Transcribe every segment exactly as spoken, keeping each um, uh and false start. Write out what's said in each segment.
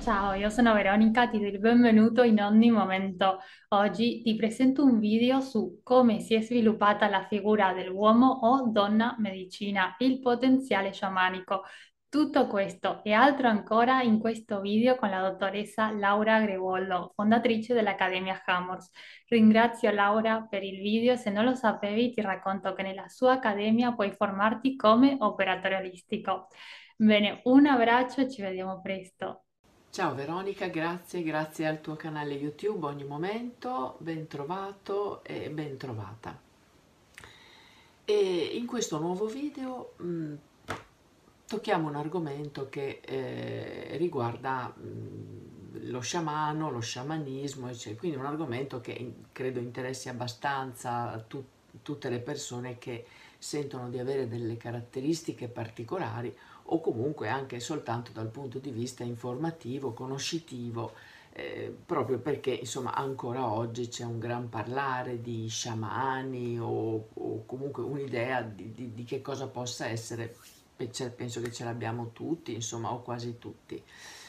ciao, io sono Veronica, ti do il benvenuto in ogni momento. Oggi ti presento un video su come si è sviluppata la figura dell'uomo o donna medicina, il potenziale sciamanico. Tutto questo e altro ancora in questo video con la dottoressa Laura Grebollo, fondatrice dell'Accademia Hammers. Ringrazio Laura per il video, se non lo sapevi ti racconto che nella sua accademia puoi formarti come operatore olistico. Bene, un abbraccio e ci vediamo presto. Ciao Veronica, grazie, grazie al tuo canale YouTube Ogni Momento, ben trovato e ben trovata. E in questo nuovo video mh, tocchiamo un argomento che eh, riguarda mh, lo sciamano, lo sciamanismo, eccetera. Quindi un argomento che in- credo interessi abbastanza a tu- tutte le persone che sentono di avere delle caratteristiche particolari o comunque anche soltanto dal punto di vista informativo, conoscitivo, eh, proprio perché insomma ancora oggi c'è un gran parlare di sciamani o, o comunque un'idea di, di- di che cosa possa essere. Pe- ce- penso che ce l'abbiamo tutti, insomma, o quasi tutti.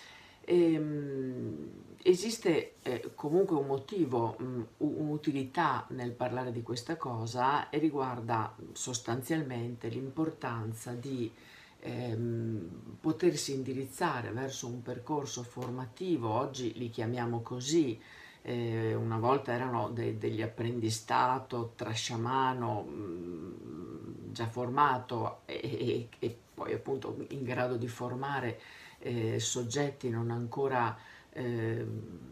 Ehm, esiste eh, comunque un motivo, mh, u- un'utilità nel parlare di questa cosa e riguarda sostanzialmente l'importanza di ehm, potersi indirizzare verso un percorso formativo. Oggi li chiamiamo così, eh, una volta erano de- degli apprendistato tra sciamano mh, già formato e, e- e poi appunto in grado di formare eh, soggetti non ancora eh,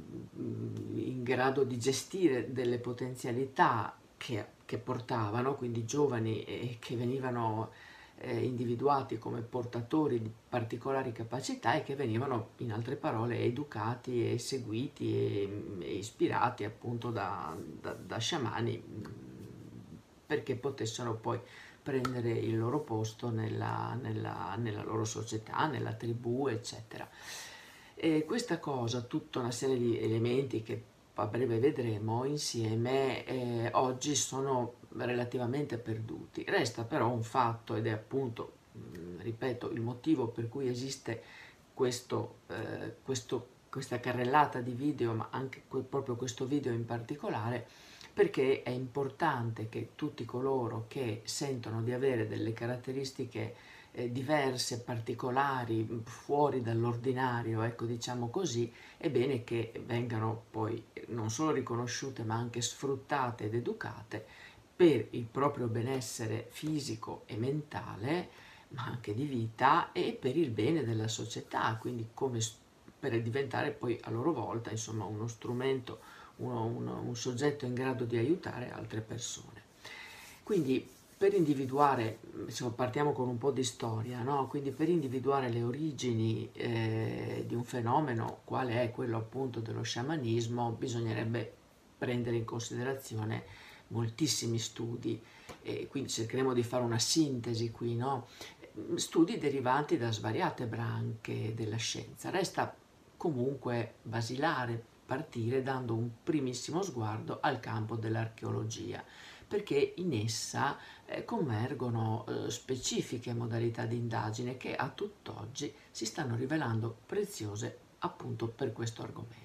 in grado di gestire delle potenzialità che, che portavano, quindi giovani e che venivano eh, individuati come portatori di particolari capacità e che venivano, in altre parole, educati e seguiti e, e ispirati appunto da, da, da sciamani perché potessero poi prendere il loro posto nella, nella, nella loro società, nella tribù, eccetera. E questa cosa, tutta una serie di elementi che a breve vedremo insieme, eh, oggi sono relativamente perduti. Resta però un fatto ed è appunto, mh, ripeto, il motivo per cui esiste questo, eh, questo, questa carrellata di video, ma anche que- proprio questo video in particolare, perché è importante che tutti coloro che sentono di avere delle caratteristiche eh, diverse, particolari, fuori dall'ordinario, ecco, diciamo così, è bene che vengano poi non solo riconosciute ma anche sfruttate ed educate per il proprio benessere fisico e mentale, ma anche di vita e per il bene della società, quindi come per diventare poi a loro volta, insomma, uno strumento, uno, uno, un soggetto in grado di aiutare altre persone. Quindi per individuare, insomma, partiamo con un po' di storia, no? Quindi per individuare le origini eh, di un fenomeno, quale è quello appunto dello sciamanismo, bisognerebbe prendere in considerazione moltissimi studi e quindi cercheremo di fare una sintesi qui, no? Studi derivanti da svariate branche della scienza. Resta comunque basilare partire dando un primissimo sguardo al campo dell'archeologia, perché in essa eh, convergono eh, specifiche modalità di indagine che a tutt'oggi si stanno rivelando preziose appunto per questo argomento.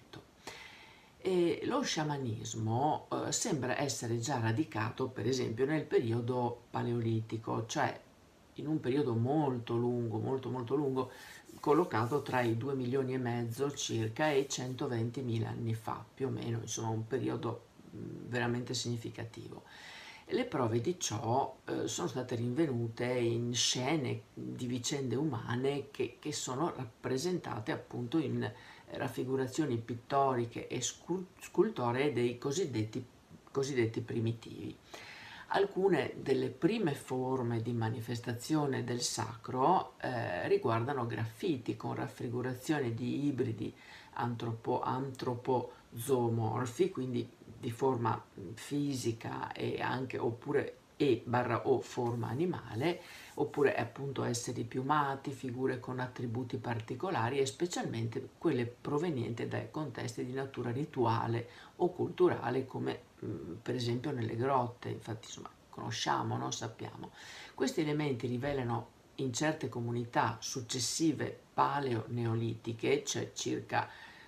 E lo sciamanismo eh, sembra essere già radicato, per esempio, nel periodo paleolitico, cioè in un periodo molto lungo, molto molto lungo, collocato tra i due milioni e mezzo circa e i centoventimila anni fa, più o meno, insomma un periodo mh, veramente significativo. Le prove di ciò eh, sono state rinvenute in scene di vicende umane che, che sono rappresentate appunto in raffigurazioni pittoriche e scultoree dei cosiddetti, cosiddetti primitivi. Alcune delle prime forme di manifestazione del sacro eh, riguardano graffiti con raffigurazioni di ibridi antropo, antropozoomorfi, quindi di forma fisica e anche oppure e barra o forma animale, oppure appunto esseri piumati, figure con attributi particolari e specialmente quelle provenienti dai contesti di natura rituale o culturale come mh, per esempio nelle grotte, infatti insomma conosciamo, no? Sappiamo. Questi elementi rivelano in certe comunità successive paleo-neolitiche, cioè circa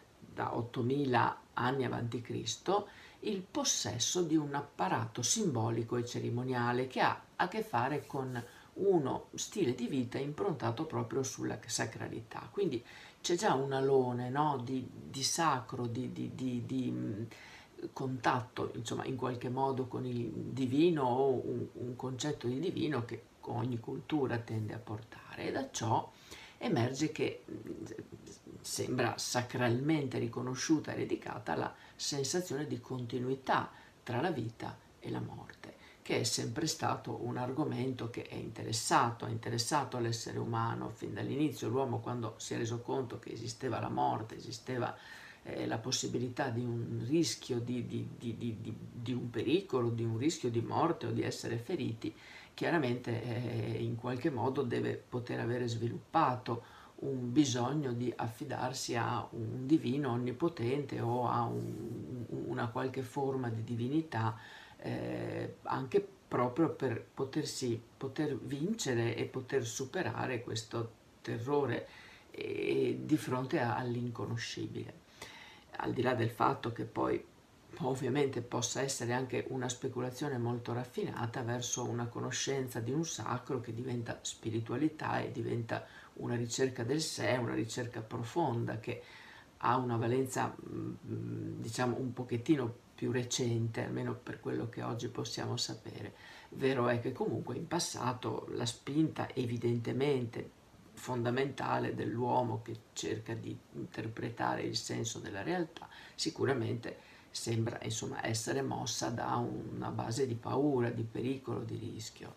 da ottomila anni avanti Cristo, il possesso di un apparato simbolico e cerimoniale che ha a che fare con uno stile di vita improntato proprio sulla sacralità. Quindi c'è già un alone, no, di, di sacro, di, di, di, di mh, contatto, insomma, in qualche modo con il divino o un, un concetto di divino che ogni cultura tende a portare, e da ciò emerge che mh, sembra sacralmente riconosciuta e dedicata la sensazione di continuità tra la vita e la morte, che è sempre stato un argomento che è interessato, ha interessato l'essere umano fin dall'inizio. L'uomo, quando si è reso conto che esisteva la morte, esisteva eh, la possibilità di un rischio, di, di, di, di, di, di un pericolo, di un rischio di morte o di essere feriti, chiaramente eh, in qualche modo deve poter avere sviluppato un bisogno di affidarsi a un divino onnipotente o a un, una qualche forma di divinità, eh, anche proprio per potersi, poter vincere e poter superare questo terrore eh, di fronte a, all'inconoscibile. Al di là del fatto che poi ovviamente possa essere anche una speculazione molto raffinata verso una conoscenza di un sacro che diventa spiritualità e diventa una ricerca del sé, una ricerca profonda che ha una valenza, diciamo, un pochettino più recente, almeno per quello che oggi possiamo sapere. Vero è che comunque in passato la spinta evidentemente fondamentale dell'uomo che cerca di interpretare il senso della realtà sicuramente sembra, insomma, essere mossa da una base di paura, di pericolo, di rischio.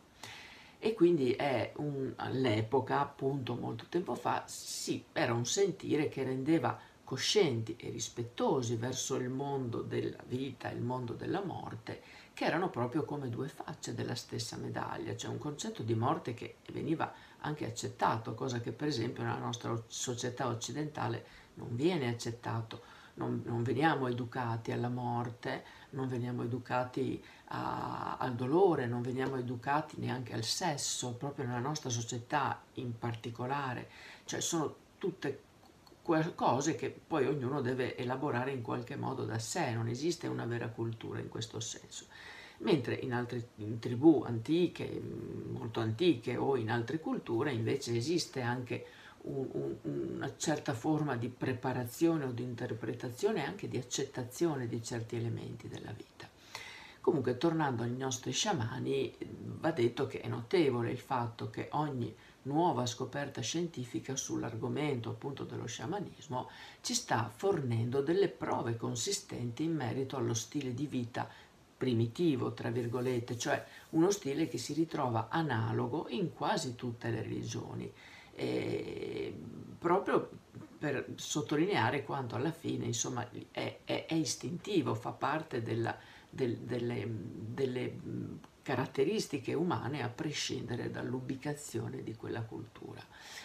E quindi è un, all'epoca, appunto molto tempo fa, sì, era un sentire che rendeva coscienti e rispettosi verso il mondo della vita e il mondo della morte, che erano proprio come due facce della stessa medaglia, cioè un concetto di morte che veniva anche accettato, cosa che per esempio nella nostra società occidentale non viene accettato. Non, non veniamo educati alla morte, non veniamo educati a, al dolore, non veniamo educati neanche al sesso, proprio nella nostra società in particolare. Cioè sono tutte cose che poi ognuno deve elaborare in qualche modo da sé, non esiste una vera cultura in questo senso. Mentre in altre in tribù antiche, molto antiche, o in altre culture invece esiste anche un, un, una certa forma di preparazione o di interpretazione e anche di accettazione di certi elementi della vita. Comunque, tornando ai nostri sciamani, va detto che è notevole il fatto che ogni nuova scoperta scientifica sull'argomento appunto dello sciamanismo ci sta fornendo delle prove consistenti in merito allo stile di vita primitivo, tra virgolette, cioè uno stile che si ritrova analogo in quasi tutte le religioni, eh, proprio per sottolineare quanto alla fine, insomma, è, è, è istintivo, fa parte della, del, delle, delle caratteristiche umane a prescindere dall'ubicazione di quella cultura.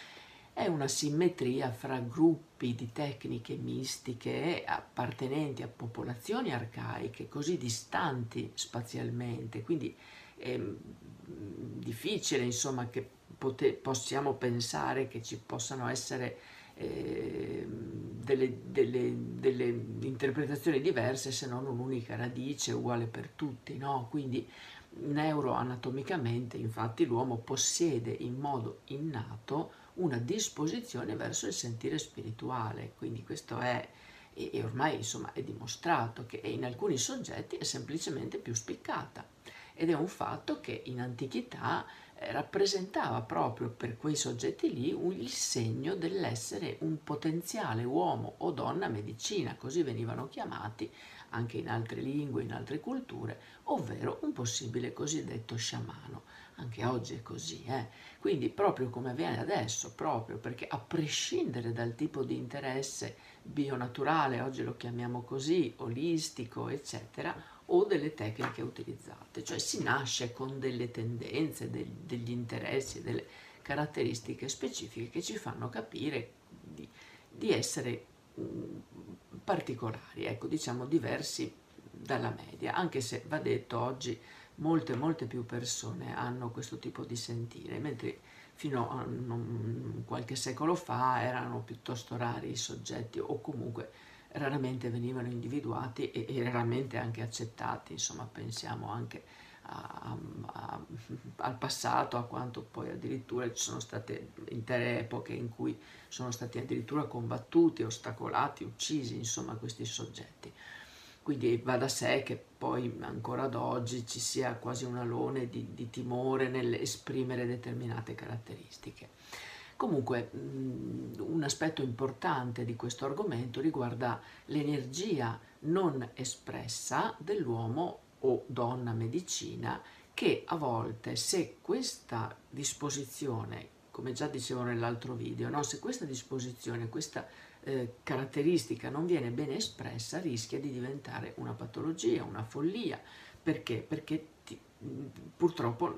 È una simmetria fra gruppi di tecniche mistiche appartenenti a popolazioni arcaiche così distanti spazialmente, quindi è difficile, insomma, che pote- possiamo pensare che ci possano essere eh, delle, delle, delle interpretazioni diverse se non un'unica radice uguale per tutti, no? Quindi neuroanatomicamente, infatti, l'uomo possiede in modo innato una disposizione verso il sentire spirituale, quindi questo è, e, e ormai insomma è dimostrato che in alcuni soggetti è semplicemente più spiccata, ed è un fatto che in antichità eh, rappresentava proprio per quei soggetti lì un, il segno dell'essere un potenziale uomo o donna medicina, così venivano chiamati anche in altre lingue, in altre culture, ovvero un possibile cosiddetto sciamano. Anche oggi è così, eh? Quindi proprio come avviene adesso, proprio perché a prescindere dal tipo di interesse bionaturale, oggi lo chiamiamo così, olistico, eccetera, o delle tecniche utilizzate, cioè si nasce con delle tendenze, del, degli interessi, delle caratteristiche specifiche che ci fanno capire di, di essere mh, particolari, ecco, diciamo diversi dalla media, anche se va detto oggi molte molte più persone hanno questo tipo di sentire, mentre fino a non, qualche secolo fa erano piuttosto rari i soggetti, o comunque raramente venivano individuati e, e raramente anche accettati. Insomma, pensiamo anche a, a, al passato, a quanto poi addirittura ci sono state intere epoche in cui sono stati addirittura combattuti, ostacolati, uccisi, insomma, questi soggetti. Quindi va da sé che poi ancora ad oggi ci sia quasi un alone di, di timore nell'esprimere determinate caratteristiche. Comunque, mh, un aspetto importante di questo argomento riguarda l'energia non espressa dell'uomo o donna medicina, che a volte, se questa disposizione, come già dicevo nell'altro video, no? Se questa disposizione, questa eh, caratteristica non viene bene espressa, rischia di diventare una patologia, una follia. Perché? Perché ti, purtroppo,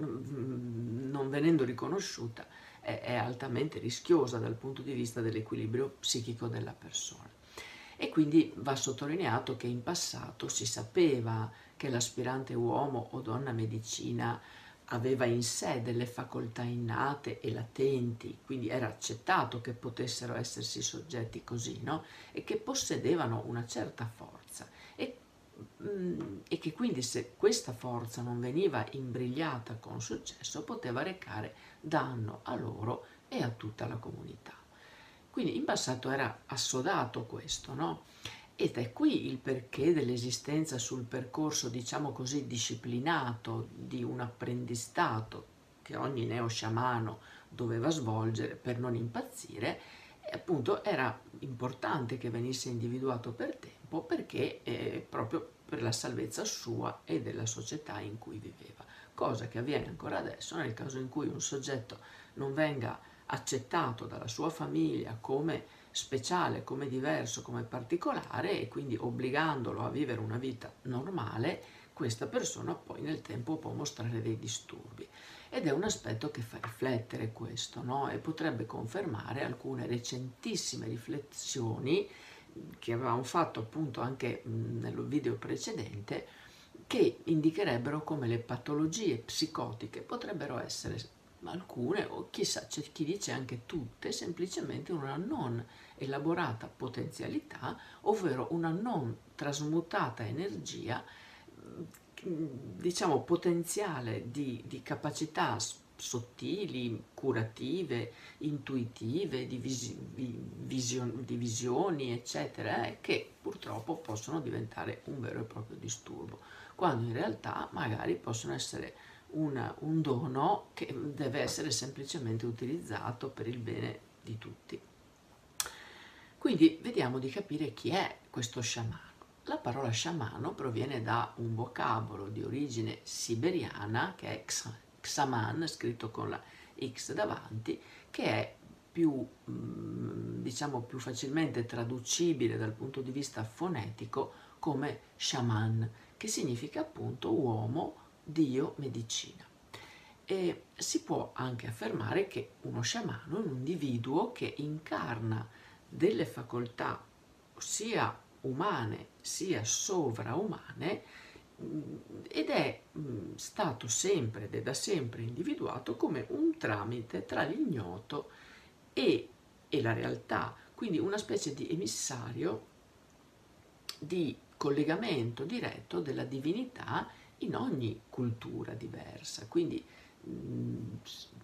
non venendo riconosciuta, è, è altamente rischiosa dal punto di vista dell'equilibrio psichico della persona. E quindi va sottolineato che in passato si sapeva che l'aspirante uomo o donna medicina aveva in sé delle facoltà innate e latenti, quindi era accettato che potessero essersi soggetti così, no? E che possedevano una certa forza e, mm, e che quindi, se questa forza non veniva imbrigliata con successo, poteva recare danno a loro e a tutta la comunità. Quindi in passato era assodato questo, no? Ed è qui il perché dell'esistenza sul percorso, diciamo così, disciplinato di un apprendistato che ogni neo-sciamano doveva svolgere per non impazzire. E appunto era importante che venisse individuato per tempo, perché eh, proprio per la salvezza sua e della società in cui viveva, cosa che avviene ancora adesso nel caso in cui un soggetto non venga accettato dalla sua famiglia come speciale, come diverso, come particolare, e quindi obbligandolo a vivere una vita normale, questa persona poi nel tempo può mostrare dei disturbi. Ed è un aspetto che fa riflettere questo, no? E potrebbe confermare alcune recentissime riflessioni che avevamo fatto appunto anche nel video precedente, che indicherebbero come le patologie psicotiche potrebbero essere alcune, o chissà, c'è chi dice anche tutte, semplicemente una non elaborata potenzialità, ovvero una non trasmutata energia, diciamo potenziale di, di capacità sottili, curative, intuitive, di, visi, vision, di visioni, eccetera, eh, che purtroppo possono diventare un vero e proprio disturbo, quando in realtà magari possono essere una, un dono che deve essere semplicemente utilizzato per il bene di tutti. Quindi vediamo di capire chi è questo sciamano. La parola sciamano proviene da un vocabolo di origine siberiana che è xaman, scritto con la X davanti, che è più, diciamo, più facilmente traducibile dal punto di vista fonetico come shaman, che significa appunto uomo, dio, medicina. E si può anche affermare che uno sciamano è un individuo che incarna delle facoltà sia umane sia sovraumane, ed è stato sempre ed è da sempre individuato come un tramite tra l'ignoto e, e la realtà, quindi una specie di emissario di collegamento diretto della divinità in ogni cultura diversa, quindi mm,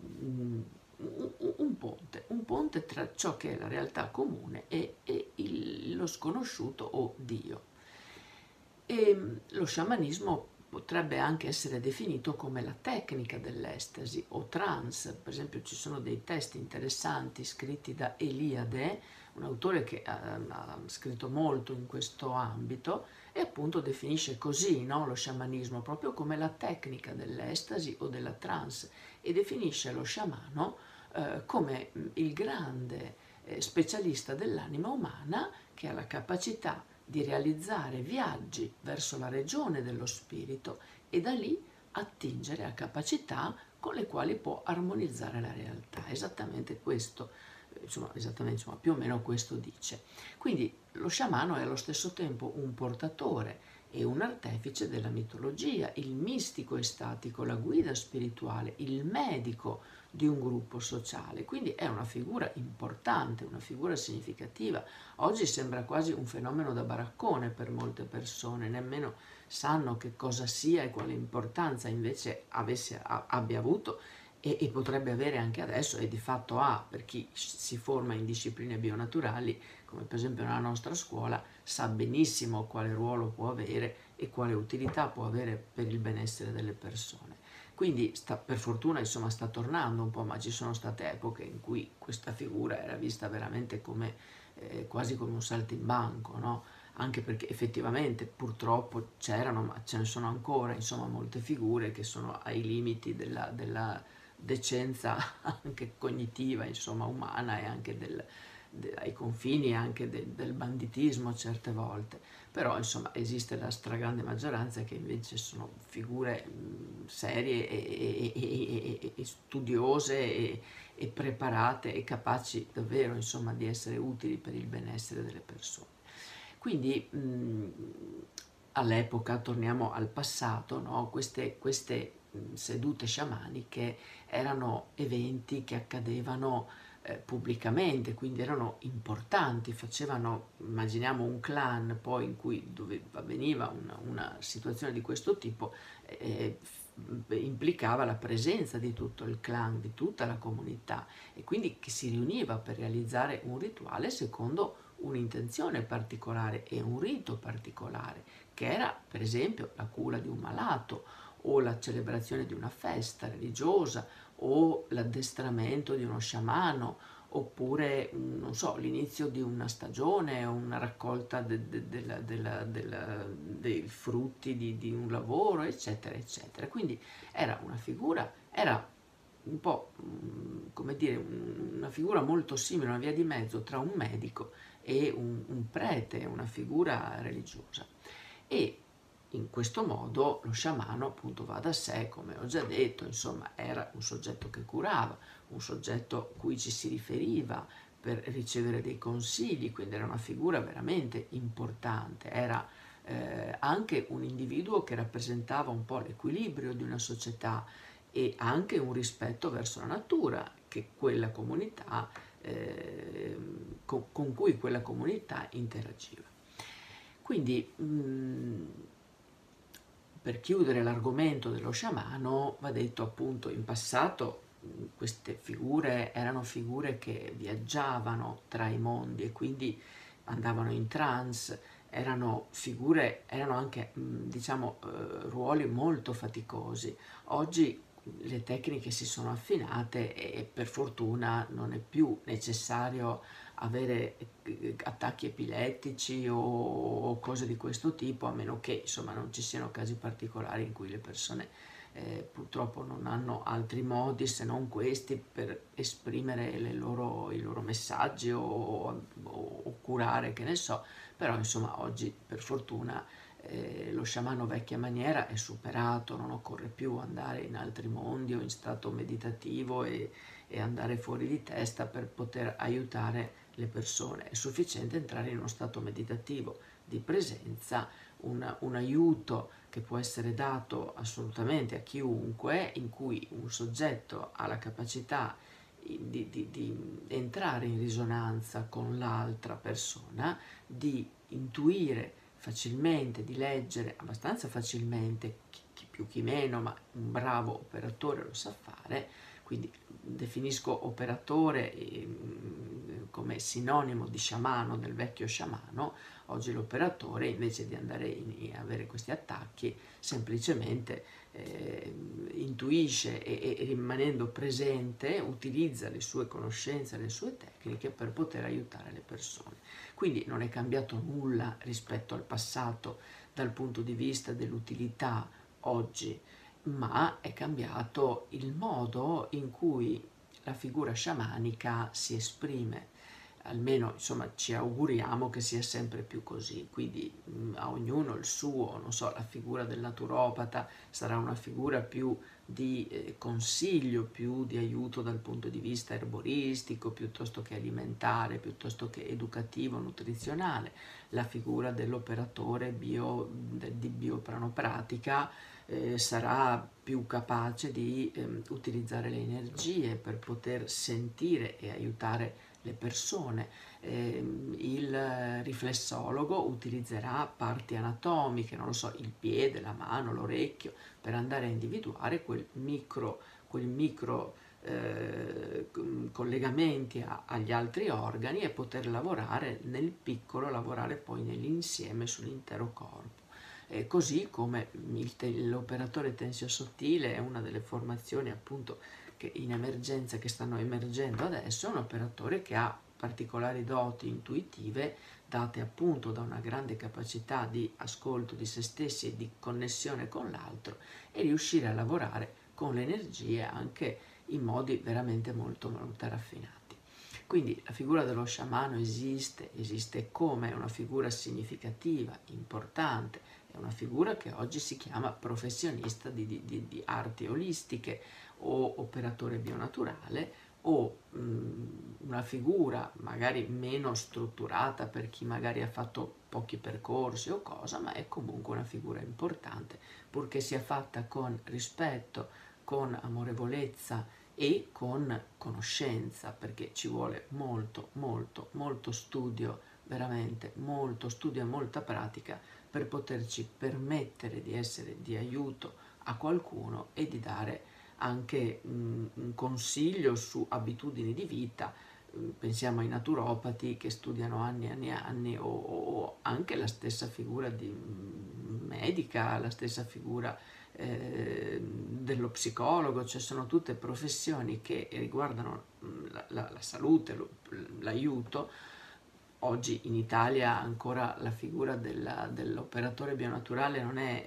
un ponte, un ponte tra ciò che è la realtà comune e, e il, lo sconosciuto o Dio. E lo sciamanismo potrebbe anche essere definito come la tecnica dell'estasi o trance. Per esempio ci sono dei testi interessanti scritti da Eliade, un autore che ha, ha scritto molto in questo ambito, e appunto definisce così, no, lo sciamanismo proprio come la tecnica dell'estasi o della trance, e definisce lo sciamano eh, come il grande eh, specialista dell'anima umana, che ha la capacità di realizzare viaggi verso la regione dello spirito e da lì attingere a capacità con le quali può armonizzare la realtà. Esattamente questo, insomma, esattamente, insomma, più o meno questo dice. Quindi lo sciamano è allo stesso tempo un portatore e un artefice della mitologia, il mistico estatico, la guida spirituale, il medico di un gruppo sociale. Quindi è una figura importante, una figura significativa. Oggi sembra quasi un fenomeno da baraccone per molte persone, nemmeno sanno che cosa sia e quale importanza invece avesse, abbia avuto e, e potrebbe avere anche adesso, e di fatto ha, per chi si forma in discipline bionaturali, come per esempio nella nostra scuola, sa benissimo quale ruolo può avere e quale utilità può avere per il benessere delle persone. Quindi sta, per fortuna insomma sta tornando un po', ma ci sono state epoche in cui questa figura era vista veramente come eh, quasi come un saltimbanco, no? Anche perché effettivamente purtroppo c'erano, ma ce ne sono ancora, insomma, molte figure che sono ai limiti della, della decenza anche cognitiva, insomma, umana e anche del, de, ai confini anche de, del banditismo certe volte. Però, insomma, esiste la stragrande maggioranza che invece sono figure mh, serie e, e, e, e, e studiose e, e preparate e capaci davvero, insomma, di essere utili per il benessere delle persone. Quindi mh, all'epoca, torniamo al passato, no? queste, queste mh, sedute sciamaniche erano eventi che accadevano eh, pubblicamente, quindi erano importanti, facevano, immaginiamo un clan poi in cui dove avveniva una, una situazione di questo tipo, eh, implicava la presenza di tutto il clan, di tutta la comunità e quindi che si riuniva per realizzare un rituale secondo un'intenzione particolare e un rito particolare, che era per esempio la cura di un malato o la celebrazione di una festa religiosa o l'addestramento di uno sciamano oppure, non so, l'inizio di una stagione o una raccolta de, de, de, de, de, dei frutti di, di un lavoro, eccetera, eccetera. Quindi era una figura, era un po', come dire, una figura molto simile, una via di mezzo tra un medico e un, un prete, una figura religiosa. E in questo modo lo sciamano, appunto, va da sé, come ho già detto, insomma, era un soggetto che curava, un soggetto a cui ci si riferiva per ricevere dei consigli, quindi era una figura veramente importante, era eh, anche un individuo che rappresentava un po' l'equilibrio di una società e anche un rispetto verso la natura che quella comunità, eh, con, con cui quella comunità interagiva. Quindi, mh, per chiudere l'argomento dello sciamano, va detto appunto in passato queste figure erano figure che viaggiavano tra i mondi e quindi andavano in trance, erano figure, erano anche diciamo eh, ruoli molto faticosi. Oggi le tecniche si sono affinate e per fortuna non è più necessario avere attacchi epilettici o, o cose di questo tipo, a meno che insomma non ci siano casi particolari in cui le persone eh, purtroppo non hanno altri modi se non questi per esprimere le loro, i loro messaggi o, o, o curare, che ne so, però insomma oggi per fortuna eh, lo sciamano vecchia maniera è superato, non occorre più andare in altri mondi o in stato meditativo e, e andare fuori di testa per poter aiutare le persone, è sufficiente entrare in uno stato meditativo di presenza, un, un aiuto che può essere dato assolutamente a chiunque, in cui un soggetto ha la capacità di, di, di entrare in risonanza con l'altra persona, di intuire facilmente, di leggere abbastanza facilmente, chi, chi più chi meno, ma un bravo operatore lo sa fare, quindi definisco operatore come sinonimo di sciamano, del vecchio sciamano. Oggi l'operatore, invece di andare in, a avere questi attacchi, semplicemente eh, intuisce e, e rimanendo presente utilizza le sue conoscenze, le sue tecniche per poter aiutare le persone. Quindi non è cambiato nulla rispetto al passato dal punto di vista dell'utilità oggi, ma è cambiato il modo in cui la figura sciamanica si esprime. almeno insomma ci auguriamo che sia sempre più così, quindi mh, a ognuno il suo, non so, la figura del naturopata sarà una figura più di eh, consiglio, più di aiuto dal punto di vista erboristico, piuttosto che alimentare, piuttosto che educativo, nutrizionale. La figura dell'operatore bio, de, di biopranopratica eh, sarà più capace di ehm, utilizzare le energie per poter sentire e aiutare le persone. Eh, il riflessologo utilizzerà parti anatomiche, non lo so, il piede, la mano, l'orecchio, per andare a individuare quel micro, quel micro eh, collegamenti a, agli altri organi e poter lavorare nel piccolo, lavorare poi nell'insieme sull'intero corpo. Eh, così come il, l'operatore tensiosottile è una delle formazioni appunto che in emergenza che stanno emergendo adesso, è un operatore che ha particolari doti intuitive date appunto da una grande capacità di ascolto di se stessi e di connessione con l'altro, e riuscire a lavorare con le energie anche in modi veramente molto molto raffinati. Quindi la figura dello sciamano esiste, esiste come una figura significativa, importante, è una figura che oggi si chiama professionista di, di, di, di arti olistiche o operatore bionaturale, o mh, una figura magari meno strutturata per chi magari ha fatto pochi percorsi o cosa, ma è comunque una figura importante, purché sia fatta con rispetto, con amorevolezza e con conoscenza, perché ci vuole molto, molto, molto studio, veramente molto studio e molta pratica per poterci permettere di essere di aiuto a qualcuno e di dare anche mh, un consiglio su abitudini di vita. Pensiamo ai naturopati che studiano anni e anni e anni, o, o anche la stessa figura di medica, la stessa figura eh, dello psicologo, cioè sono tutte professioni che riguardano la, la, la salute, lo, l'aiuto. Oggi in Italia ancora la figura della, dell'operatore bionaturale non è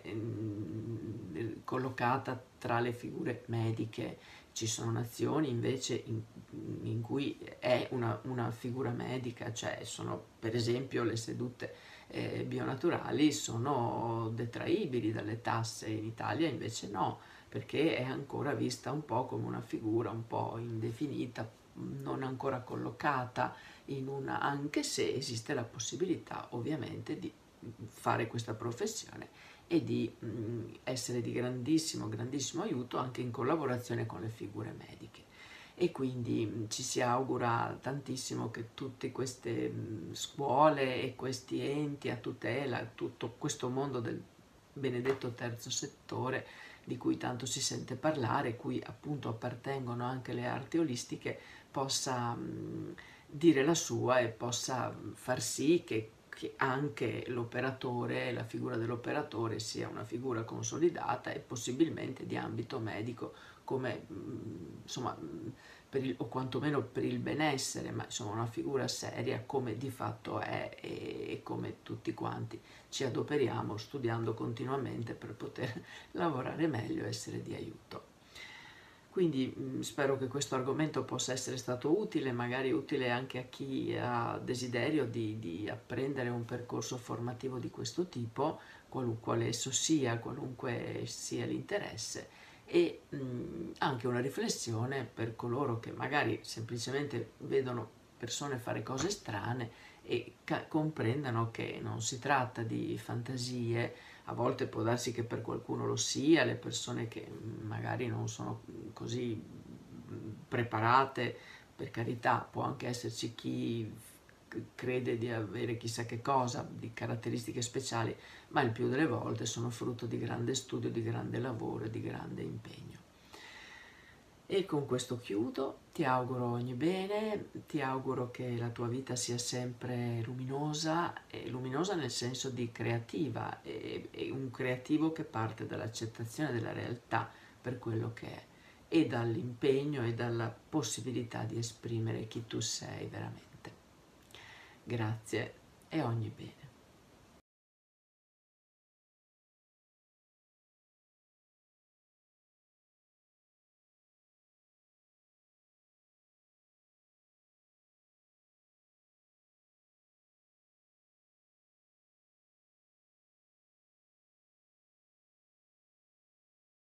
mh, collocata tra le figure mediche. Ci sono nazioni invece in, in cui è una, una figura medica, cioè sono per esempio le sedute eh, bionaturali sono detraibili dalle tasse, in Italia invece no, perché è ancora vista un po' come una figura un po' indefinita, non ancora collocata in una, anche se esiste la possibilità ovviamente di fare questa professione e di mh, essere di grandissimo, grandissimo aiuto anche in collaborazione con le figure mediche. E quindi mh, ci si augura tantissimo che tutte queste mh, scuole e questi enti a tutela, tutto questo mondo del benedetto terzo settore di cui tanto si sente parlare, cui appunto appartengono anche le arti olistiche, possa mh, dire la sua e possa far sì che, che anche l'operatore, la figura dell'operatore sia una figura consolidata e possibilmente di ambito medico, come mh, insomma mh, per il, o quantomeno per il benessere, ma insomma una figura seria come di fatto è, e, e come tutti quanti ci adoperiamo studiando continuamente per poter lavorare meglio e essere di aiuto. Quindi mh, spero che questo argomento possa essere stato utile, magari utile anche a chi ha desiderio di, di apprendere un percorso formativo di questo tipo, qualunque esso sia, qualunque sia l'interesse, e mh, anche una riflessione per coloro che magari semplicemente vedono persone fare cose strane e ca- comprendano che non si tratta di fantasie. A volte può darsi che per qualcuno lo sia, le persone che magari non sono così preparate, per carità, può anche esserci chi crede di avere chissà che cosa, di caratteristiche speciali, ma il più delle volte sono frutto di grande studio, di grande lavoro e di grande impegno. E con questo chiudo, ti auguro ogni bene, ti auguro che la tua vita sia sempre luminosa, e luminosa nel senso di creativa, e, e un creativo che parte dall'accettazione della realtà per quello che è, e dall'impegno e dalla possibilità di esprimere chi tu sei veramente. Grazie e ogni bene.